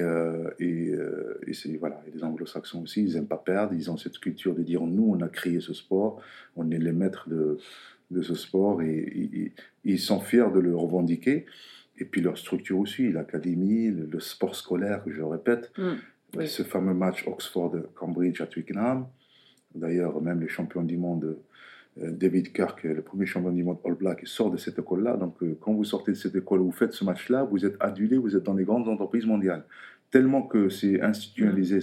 c'est, voilà. Et les anglo-saxons aussi, ils n'aiment pas perdre. Ils ont cette culture de dire, nous, on a créé ce sport. On est les maîtres de ce sport. Et ils sont fiers de le revendiquer. Et puis leur structure aussi, l'académie, le sport scolaire, je le répète, ce fameux match Oxford-Cambridge à Twickenham. D'ailleurs, même les champions du monde, David Kirk, le premier champion du monde All Black, sort de cette école-là. Donc, quand vous sortez de cette école, vous faites ce match-là, vous êtes adulé, vous êtes dans les grandes entreprises mondiales. Tellement que c'est institutionnalisé,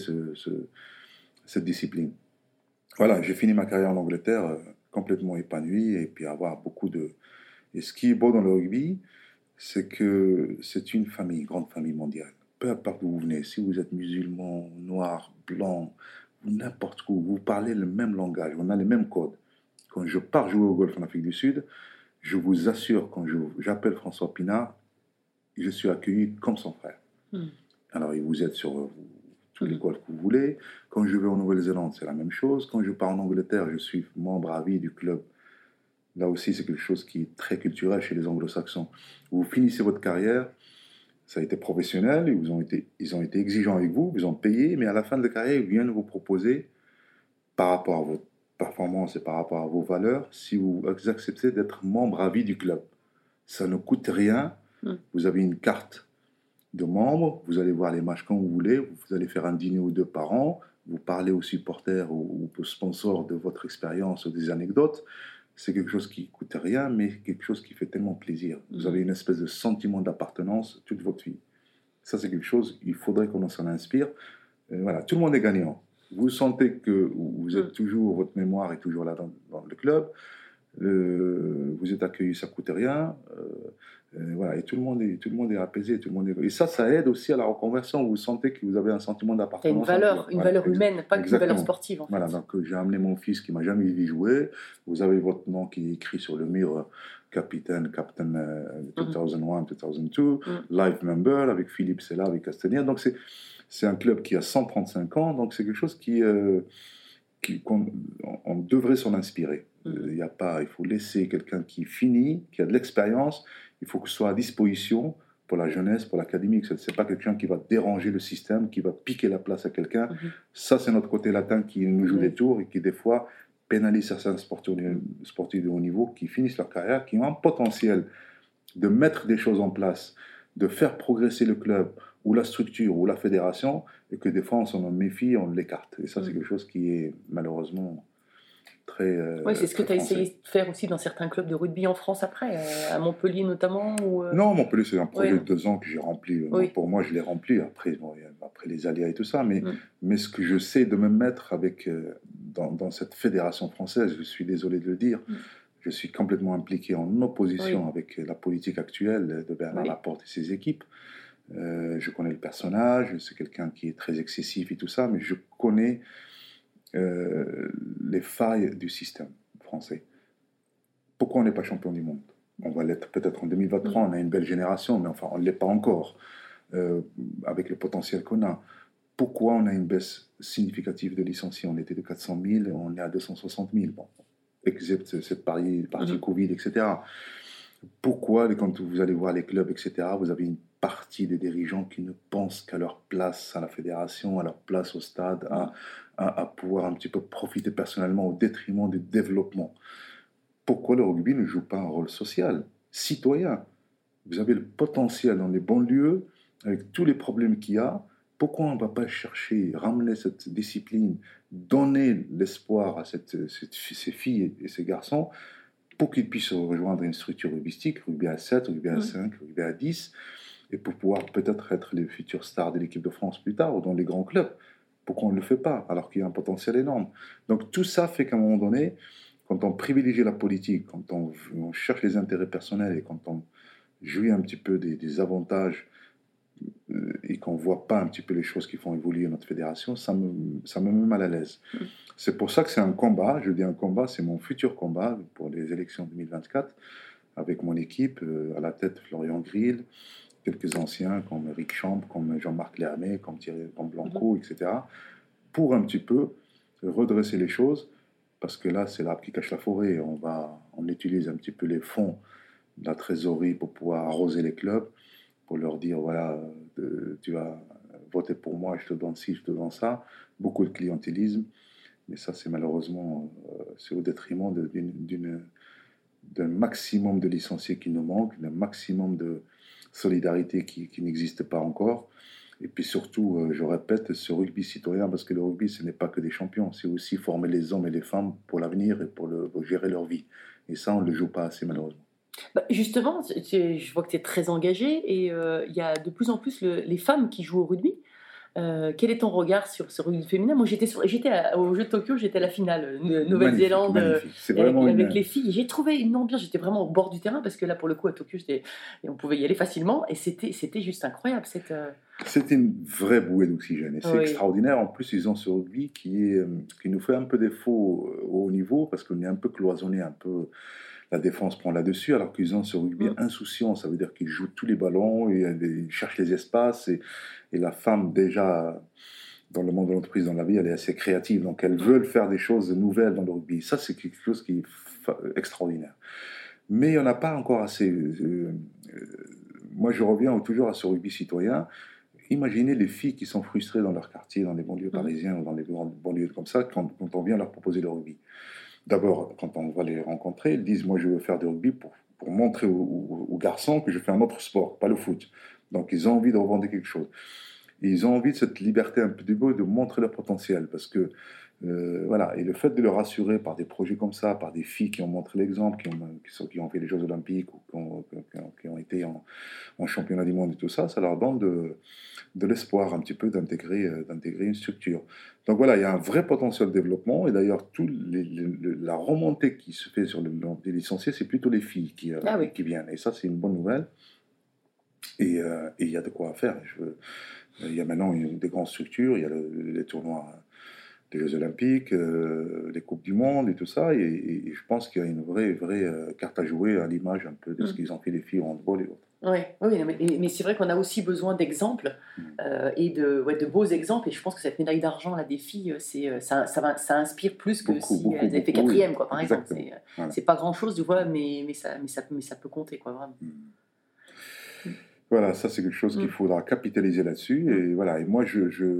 cette discipline. Voilà, j'ai fini ma carrière en Angleterre complètement épanoui, et puis avoir beaucoup de... Et ce qui est beau dans le rugby, c'est que c'est une famille, grande famille mondiale. Peu importe d'où vous venez, si vous êtes musulman, noir, blanc, n'importe où, vous parlez le même langage, on a les mêmes codes. Quand je pars jouer au golf en Afrique du Sud, je vous assure, quand j'appelle François Pinard, je suis accueilli comme son frère. Alors, il vous aide sur tous les golfs que vous voulez. Quand je vais en Nouvelle-Zélande, c'est la même chose. Quand je pars en Angleterre, je suis membre à vie du club. Là aussi, c'est quelque chose qui est très culturel chez les anglo-saxons. Vous finissez votre carrière, ça a été professionnel, ils ont été exigeants avec vous, vous ont payé, mais à la fin de la carrière, ils viennent vous proposer, par rapport performance et par rapport à vos valeurs si vous acceptez d'être membre à vie du club. Ça ne coûte rien. Vous avez une carte de membre, vous allez voir les matchs quand vous voulez, vous allez faire un dîner ou deux par an, vous parlez aux supporters ou aux sponsors de votre expérience ou des anecdotes. C'est quelque chose qui ne coûte rien, mais quelque chose qui fait tellement plaisir. Vous avez une espèce de sentiment d'appartenance toute votre vie. Ça, c'est quelque chose, il faudrait qu'on s'en inspire. Voilà, tout le monde est gagnant. Vous sentez que vous êtes toujours, votre mémoire est toujours là dans le club. Vous êtes accueillis, ça ne coûte rien. Voilà, et tout le monde est apaisé. Et ça aide aussi à la reconversion. Vous sentez que vous avez un sentiment d'appartenance. Une valeur humaine, pas qu'une valeur sportive. En fait. Voilà, donc j'ai amené mon fils qui ne m'a jamais vu jouer. Vous avez votre nom qui est écrit sur le mur, Captain 2001, 2002, Live Member, avec Philippe Sella, avec Castaner. Donc c'est un club qui a 135 ans, donc c'est quelque chose on devrait s'en inspirer. Il faut laisser quelqu'un qui finit, qui a de l'expérience, il faut que ce soit à disposition pour la jeunesse, pour l'académie. Ce n'est pas quelqu'un qui va déranger le système, qui va piquer la place à quelqu'un. Ça, c'est notre côté latin qui nous joue des tours et qui, des fois, pénalise certains sportifs de haut niveau qui finissent leur carrière, qui ont un potentiel de mettre des choses en place, de faire progresser le club ou la structure ou la fédération, et que des fois on s'en méfie, on l'écarte. Et ça, c'est quelque chose qui est malheureusement très... Oui, c'est ce que tu as essayé de faire aussi dans certains clubs de rugby en France après, à Montpellier notamment Non, Montpellier, c'est un projet de 2 ans que j'ai rempli. Pour moi, je l'ai rempli, après les aléas et tout ça, mais ce que je sais de me mettre dans cette fédération française, je suis désolé de le dire, je suis complètement impliqué en opposition avec la politique actuelle de Bernard Laporte et ses équipes. Je connais le personnage, c'est quelqu'un qui est très excessif et tout ça, mais je connais les failles du système français. Pourquoi on n'est pas champion du monde ? On va l'être peut-être en 2023, on a une belle génération, mais enfin on ne l'est pas encore, avec le potentiel qu'on a. Pourquoi on a une baisse significative de licenciés ? On était de 400 000, on est à 260 000, bon, excepté cette partie Covid, etc. Pourquoi, quand vous allez voir les clubs, etc., vous avez une partie des dirigeants qui ne pensent qu'à leur place à la fédération, à leur place au stade, à pouvoir un petit peu profiter personnellement au détriment du développement. Pourquoi le rugby ne joue pas un rôle social, citoyen ? Vous avez le potentiel dans les banlieues, avec tous les problèmes qu'il y a. Pourquoi on ne va pas chercher, ramener cette discipline, donner l'espoir à ces filles et ces garçons pour qu'ils puissent rejoindre une structure rugbystique, rugby à 7, rugby à 5, rugby à 10, et pour pouvoir peut-être être les futurs stars de l'équipe de France plus tard, ou dans les grands clubs. Pourquoi on ne le fait pas, alors qu'il y a un potentiel énorme ? Donc tout ça fait qu'à un moment donné, quand on privilégie la politique, quand on cherche les intérêts personnels, et quand on jouit un petit peu des avantages, et qu'on ne voit pas un petit peu les choses qui font évoluer notre fédération, ça me met mal à l'aise. C'est pour ça que c'est un combat, je dis un combat, c'est mon futur combat pour les élections 2024, avec mon équipe, à la tête Florian Grill, quelques anciens comme Eric Champ, comme Jean-Marc Léamé, comme Thierry Blanco, etc., pour un petit peu redresser les choses, parce que là, c'est l'arbre qui cache la forêt. On utilise un petit peu les fonds de la trésorerie pour pouvoir arroser les clubs, pour leur dire, voilà, tu vas voter pour moi, je te donne ci, je te donne ça. Beaucoup de clientélisme, mais ça, c'est malheureusement, c'est au détriment d'un maximum de licenciés qui nous manquent, d'un maximum de solidarité qui n'existe pas encore. Et puis surtout, je répète, ce rugby citoyen, parce que le rugby, ce n'est pas que des champions, c'est aussi former les hommes et les femmes pour l'avenir et pour gérer leur vie. Et ça, on ne le joue pas assez, malheureusement. Justement, je vois que tu es très engagé et il y a de plus en plus les femmes qui jouent au rugby. Quel est ton regard sur ce rugby féminin ? Moi, j'étais au Jeux de Tokyo, j'étais à la finale, Nouvelle-Zélande, avec les filles. J'ai trouvé une ambiance, j'étais vraiment au bord du terrain, parce que là, pour le coup, à Tokyo, on pouvait y aller facilement, et c'était juste incroyable. C'était une vraie bouée d'oxygène, et c'est extraordinaire. En plus, ils ont ce rugby qui nous fait un peu défaut au haut niveau, parce qu'on est un peu cloisonné, un peu... La défense prend là-dessus, alors qu'ils ont ce rugby insouciant. Ça veut dire qu'ils jouent tous les ballons, et ils cherchent les espaces. Et la femme, déjà, dans le monde de l'entreprise, dans la vie, elle est assez créative. Donc, elles veulent faire des choses nouvelles dans le rugby. Ça, c'est quelque chose qui est extraordinaire. Mais il n'y en a pas encore assez. Moi, je reviens toujours à ce rugby citoyen. imaginez les filles qui sont frustrées dans leur quartier, dans les banlieues parisiens ou dans les grandes banlieues comme ça, quand on vient leur proposer le rugby. D'abord, quand on va les rencontrer, ils disent « Moi, je veux faire du rugby pour montrer aux garçons que je fais un autre sport, pas le foot. » Donc, ils ont envie de revendiquer quelque chose. Et ils ont envie de cette liberté un peu du beau, de montrer leur potentiel. Parce que, voilà, et le fait de le rassurer par des projets comme ça, par des filles qui ont montré l'exemple, qui ont fait les Jeux Olympiques ou qui ont été en championnat du monde et tout ça, ça leur donne de l'espoir un petit peu d'intégrer une structure. Donc voilà, il y a un vrai potentiel de développement. Et d'ailleurs, la remontée qui se fait sur les licenciés, c'est plutôt les filles qui viennent. Et ça, c'est une bonne nouvelle. Et il y a de quoi faire. Il y a maintenant des grandes structures, il y a les tournois des Jeux Olympiques, les Coupes du Monde et tout ça, et je pense qu'il y a une vraie carte à jouer à l'image un peu de ce qu'ils ont fait les filles en handball et autres. Oui, mais c'est vrai qu'on a aussi besoin d'exemples et de beaux exemples, et je pense que cette médaille d'argent là, des filles, ça inspire plus que si elles avaient fait 4e, quoi, par exemple. C'est pas grand-chose, tu vois, mais ça peut compter, quoi, vraiment. Voilà, ça c'est quelque chose qu'il faudra capitaliser là-dessus. Et voilà, et moi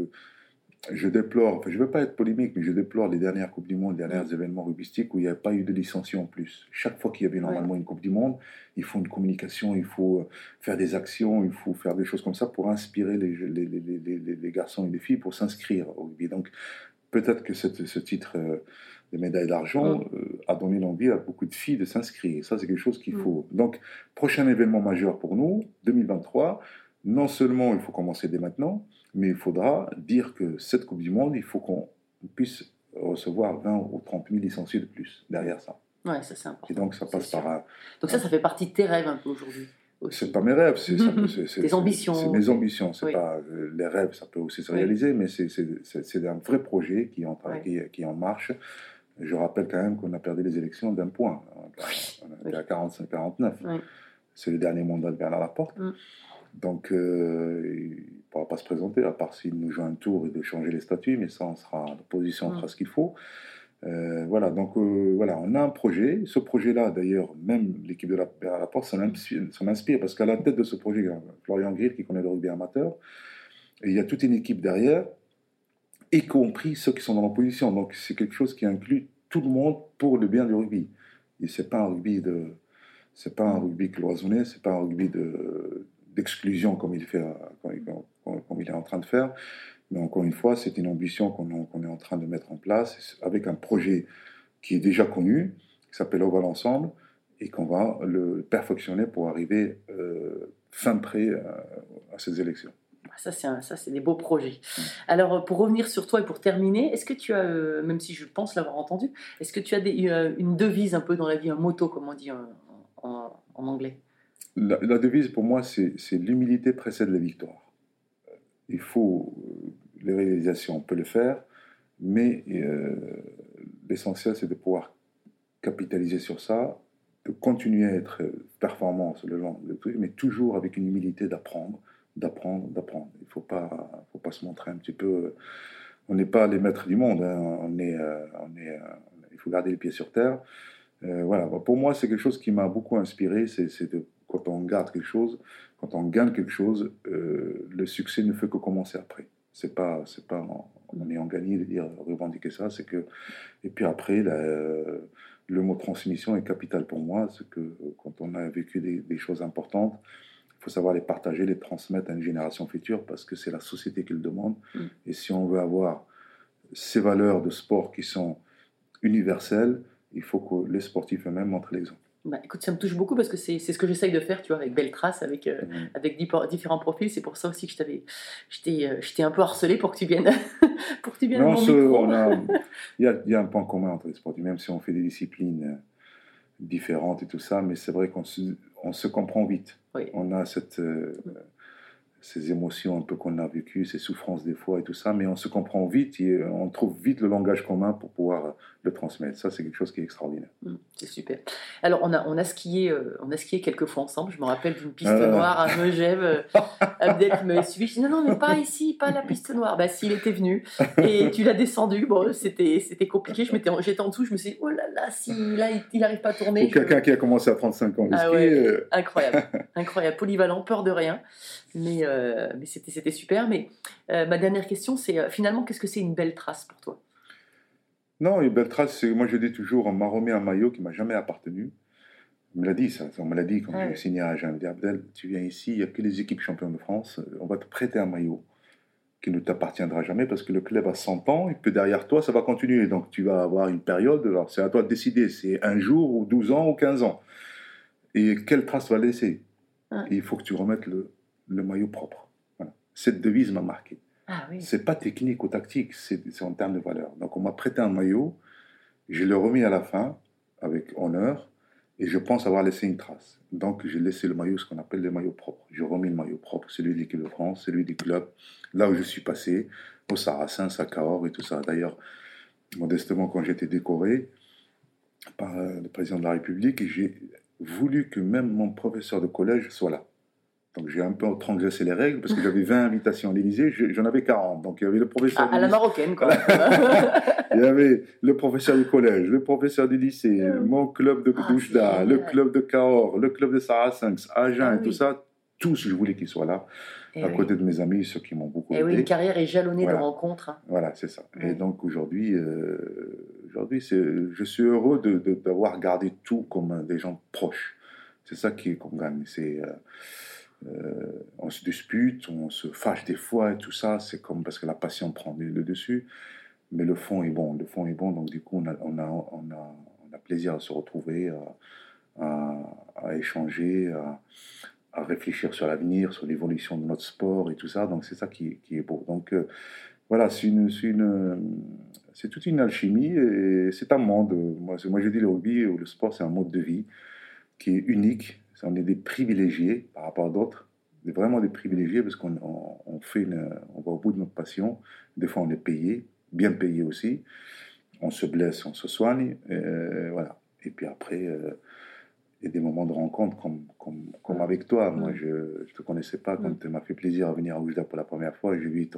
je déplore, enfin je ne veux pas être polémique, mais je déplore les dernières Coupes du Monde, les derniers événements rugbystiques où il n'y a pas eu de licenciés en plus. Chaque fois qu'il y avait normalement une Coupe du Monde, il faut une communication, il faut faire des actions, il faut faire des choses comme ça pour inspirer les garçons et les filles pour s'inscrire au rugby. Donc peut-être que ce titre de médaille d'argent a donné l'envie à beaucoup de filles de s'inscrire. Ça, c'est quelque chose qu'il faut. Donc, prochain événement majeur pour nous, 2023, non seulement il faut commencer dès maintenant, mais il faudra dire que cette Coupe du Monde, il faut qu'on puisse recevoir 20 ou 30 000 licenciés de plus derrière ça. Ouais, ça c'est important. Et donc, ça passe par... Donc ça fait partie de tes rêves un peu aujourd'hui. C'est pas mes rêves, c'est tes ambitions. C'est mes ambitions. C'est pas les rêves, ça peut aussi se réaliser, mais c'est un vrai projet qui est en marche. Je rappelle quand même qu'on a perdu les élections d'un point. On était à 45-49. C'est le dernier mandat de Bernard Laporte. Donc, il ne pourra pas se présenter, à part s'il nous joue un tour et de changer les statuts, mais ça, l'opposition fera ce qu'il faut. Voilà, donc voilà, on a un projet. Ce projet-là, d'ailleurs, même l'équipe de Bernard Laporte s'en inspire, parce qu'à la tête de ce projet, il y a Florian Grill qui connaît le rugby amateur, et il y a toute une équipe derrière, y compris ceux qui sont dans l'opposition. Donc c'est quelque chose qui inclut tout le monde pour le bien du rugby. Et c'est pas un rugby cloisonné, c'est pas un rugby d'exclusion comme il est en train de faire. Mais encore une fois, c'est une ambition qu'on est en train de mettre en place avec un projet qui est déjà connu, qui s'appelle Oval Ensemble, et qu'on va le perfectionner pour arriver fin prêt à ces élections. Ça, c'est des beaux projets. Alors, pour revenir sur toi et pour terminer, est-ce que tu as, même si je pense l'avoir entendu, est-ce que tu as une devise un peu dans la vie, un motto, comme on dit en anglais? La devise, pour moi, c'est l'humilité précède la victoire. Il faut... les réalisations, on peut le faire, mais l'essentiel, c'est de pouvoir capitaliser sur ça, de continuer à être performant sur le long de truc, mais toujours avec une humilité d'apprendre. Il ne faut pas se montrer un petit peu... On n'est pas les maîtres du monde, hein. Il faut garder les pieds sur terre. Voilà. Pour moi, c'est quelque chose qui m'a beaucoup inspiré, quand on garde quelque chose, quand on gagne quelque chose, le succès ne fait que commencer après. C'est pas en ayant gagné de dire revendiquer ça, c'est que... Et puis après, le mot transmission est capital pour moi, c'est que quand on a vécu des choses importantes, il faut savoir les partager, les transmettre à une génération future, parce que c'est la société qui le demande. Et si on veut avoir ces valeurs de sport qui sont universelles, il faut que les sportifs eux-mêmes montrent l'exemple. Bah, écoute, ça me touche beaucoup parce que c'est ce que j'essaye de faire, tu vois, avec Belle Trace, avec différents profils. C'est pour ça aussi que je t'ai un peu harcelé pour que tu viennes, non, il y a un point commun entre les sportifs, même si on fait des disciplines différentes et tout ça, mais c'est vrai qu'on se comprend vite. Oui. On a ces émotions un peu qu'on a vécues, ces souffrances des fois et tout ça, mais on se comprend vite et on trouve vite le langage commun pour pouvoir le transmettre. Ça, c'est quelque chose qui est extraordinaire. C'est super. Alors, on a skié quelques fois ensemble. Je me rappelle d'une piste noire à Megève. Abdel qui m'avait suivi. Je dis non, mais pas ici, pas la piste noire. Bah, s'il était venu et tu l'as descendu, bon, c'était compliqué. J'étais en dessous, je me suis dit, oh là là, si là, il n'arrive pas à tourner. Pour quelqu'un qui a commencé à 35 ans de ski. Ouais, incroyable, polyvalent, peur de rien. Mais c'était super. Mais ma dernière question, c'est finalement, qu'est-ce que c'est une belle trace pour toi? Non, une belle trace, moi je dis toujours, on m'a remis un maillot qui ne m'a jamais appartenu. On me l'a dit, ça. On me l'a dit quand j'ai signé à Agen. On me dit, Abdel, tu viens ici, il n'y a que les équipes championnes de France. On va te prêter un maillot qui ne t'appartiendra jamais parce que le club a 100 ans et que derrière toi, ça va continuer. Donc tu vas avoir une période, alors c'est à toi de décider, c'est un jour ou 12 ans ou 15 ans. Et quelle trace tu vas laisser? Et il faut que tu remettes le maillot propre. Voilà. Cette devise m'a marqué. Ah, oui. C'est pas technique ou tactique, c'est en termes de valeur. Donc on m'a prêté un maillot, je l'ai remis à la fin avec honneur et je pense avoir laissé une trace. Donc j'ai laissé le maillot, ce qu'on appelle le maillot propre. J'ai remis le maillot propre, celui de l'équipe de France, celui du club, là où je suis passé, au Saracens, à Cahors et tout ça. D'ailleurs, modestement, quand j'ai été décoré par le président de la République, j'ai voulu que même mon professeur de collège soit là. Donc j'ai un peu transgressé les règles parce que j'avais 20 invitations à l'Élysée, j'en avais 40. Donc il y avait le professeur à la marocaine, quoi. Il y avait le professeur du collège, le professeur du lycée, mon club de Oujda, le club de Cahors, le club de Saracens, Agen et tout ça. Tous, je voulais qu'ils soient là, à côté de mes amis, ceux qui m'ont beaucoup aidé. Oui, une carrière est jalonnée de rencontres. Voilà, c'est ça. Et donc aujourd'hui, je suis heureux d'avoir gardé tout comme des gens proches. C'est ça qu'on gagne. On se dispute, on se fâche des fois et tout ça, c'est comme parce que la passion prend le dessus, mais le fond est bon, donc du coup on a plaisir à se retrouver, à échanger, à réfléchir sur l'avenir, sur l'évolution de notre sport et tout ça, donc c'est ça qui est beau. Donc voilà, c'est toute une alchimie et c'est un monde. Moi je dis le rugby ou le sport, c'est un mode de vie qui est unique. On est des privilégiés par rapport à d'autres, vraiment des privilégiés parce qu'on va au bout de notre passion. Des fois, on est payé, bien payé aussi. On se blesse, on se soigne, voilà. Et puis après, il y a des moments de rencontre comme avec toi. Moi, je ne te connaissais pas quand tu m'as fait plaisir à venir à Oujda pour la première fois. J'ai vu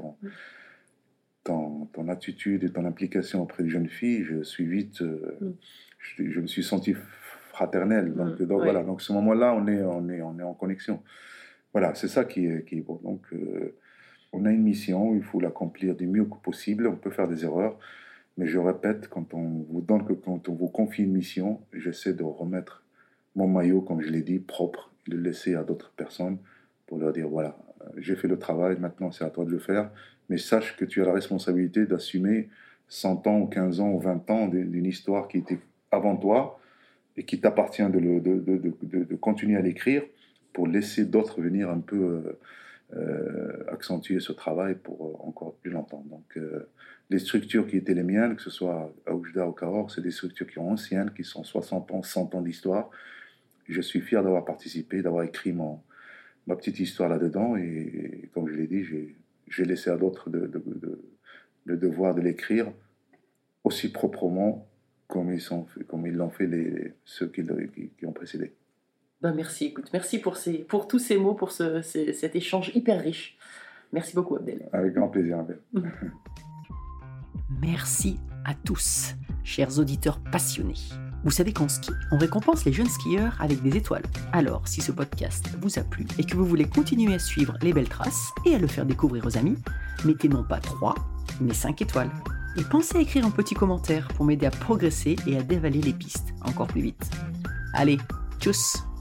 ton attitude et ton implication auprès de jeunes filles. Je suis vite, je me suis senti fraternel. Donc voilà, donc ce moment-là, on est en connexion. Voilà, c'est ça qui est beau. Donc on a une mission, il faut l'accomplir du mieux que possible. On peut faire des erreurs, mais je répète, quand on vous confie une mission, j'essaie de remettre mon maillot, comme je l'ai dit, propre, de le laisser à d'autres personnes pour leur dire voilà, j'ai fait le travail, maintenant c'est à toi de le faire, mais sache que tu as la responsabilité d'assumer 100 ans ou 15 ans ou 20 ans d'une histoire qui était avant toi et qui t'appartient de continuer à l'écrire pour laisser d'autres venir un peu accentuer ce travail pour encore plus longtemps. Donc, les structures qui étaient les miennes, que ce soit à Oujda ou Cahors, c'est des structures qui sont anciennes, qui sont 60 ans, 100 ans d'histoire. Je suis fier d'avoir participé, d'avoir écrit ma petite histoire là-dedans. Et comme je l'ai dit, j'ai laissé à d'autres le devoir de l'écrire aussi proprement comme ils l'ont fait ceux qui ont précédé. Merci, écoute, merci pour tous ces mots, pour cet échange hyper riche. Merci beaucoup, Abdel. Avec grand plaisir, Abdel. Merci à tous, chers auditeurs passionnés. Vous savez qu'en ski, on récompense les jeunes skieurs avec des étoiles. Alors, si ce podcast vous a plu et que vous voulez continuer à suivre les belles traces et à le faire découvrir aux amis, mettez non pas 3, mais 5 étoiles. Et pensez à écrire un petit commentaire pour m'aider à progresser et à dévaler les pistes encore plus vite. Allez, tchuss!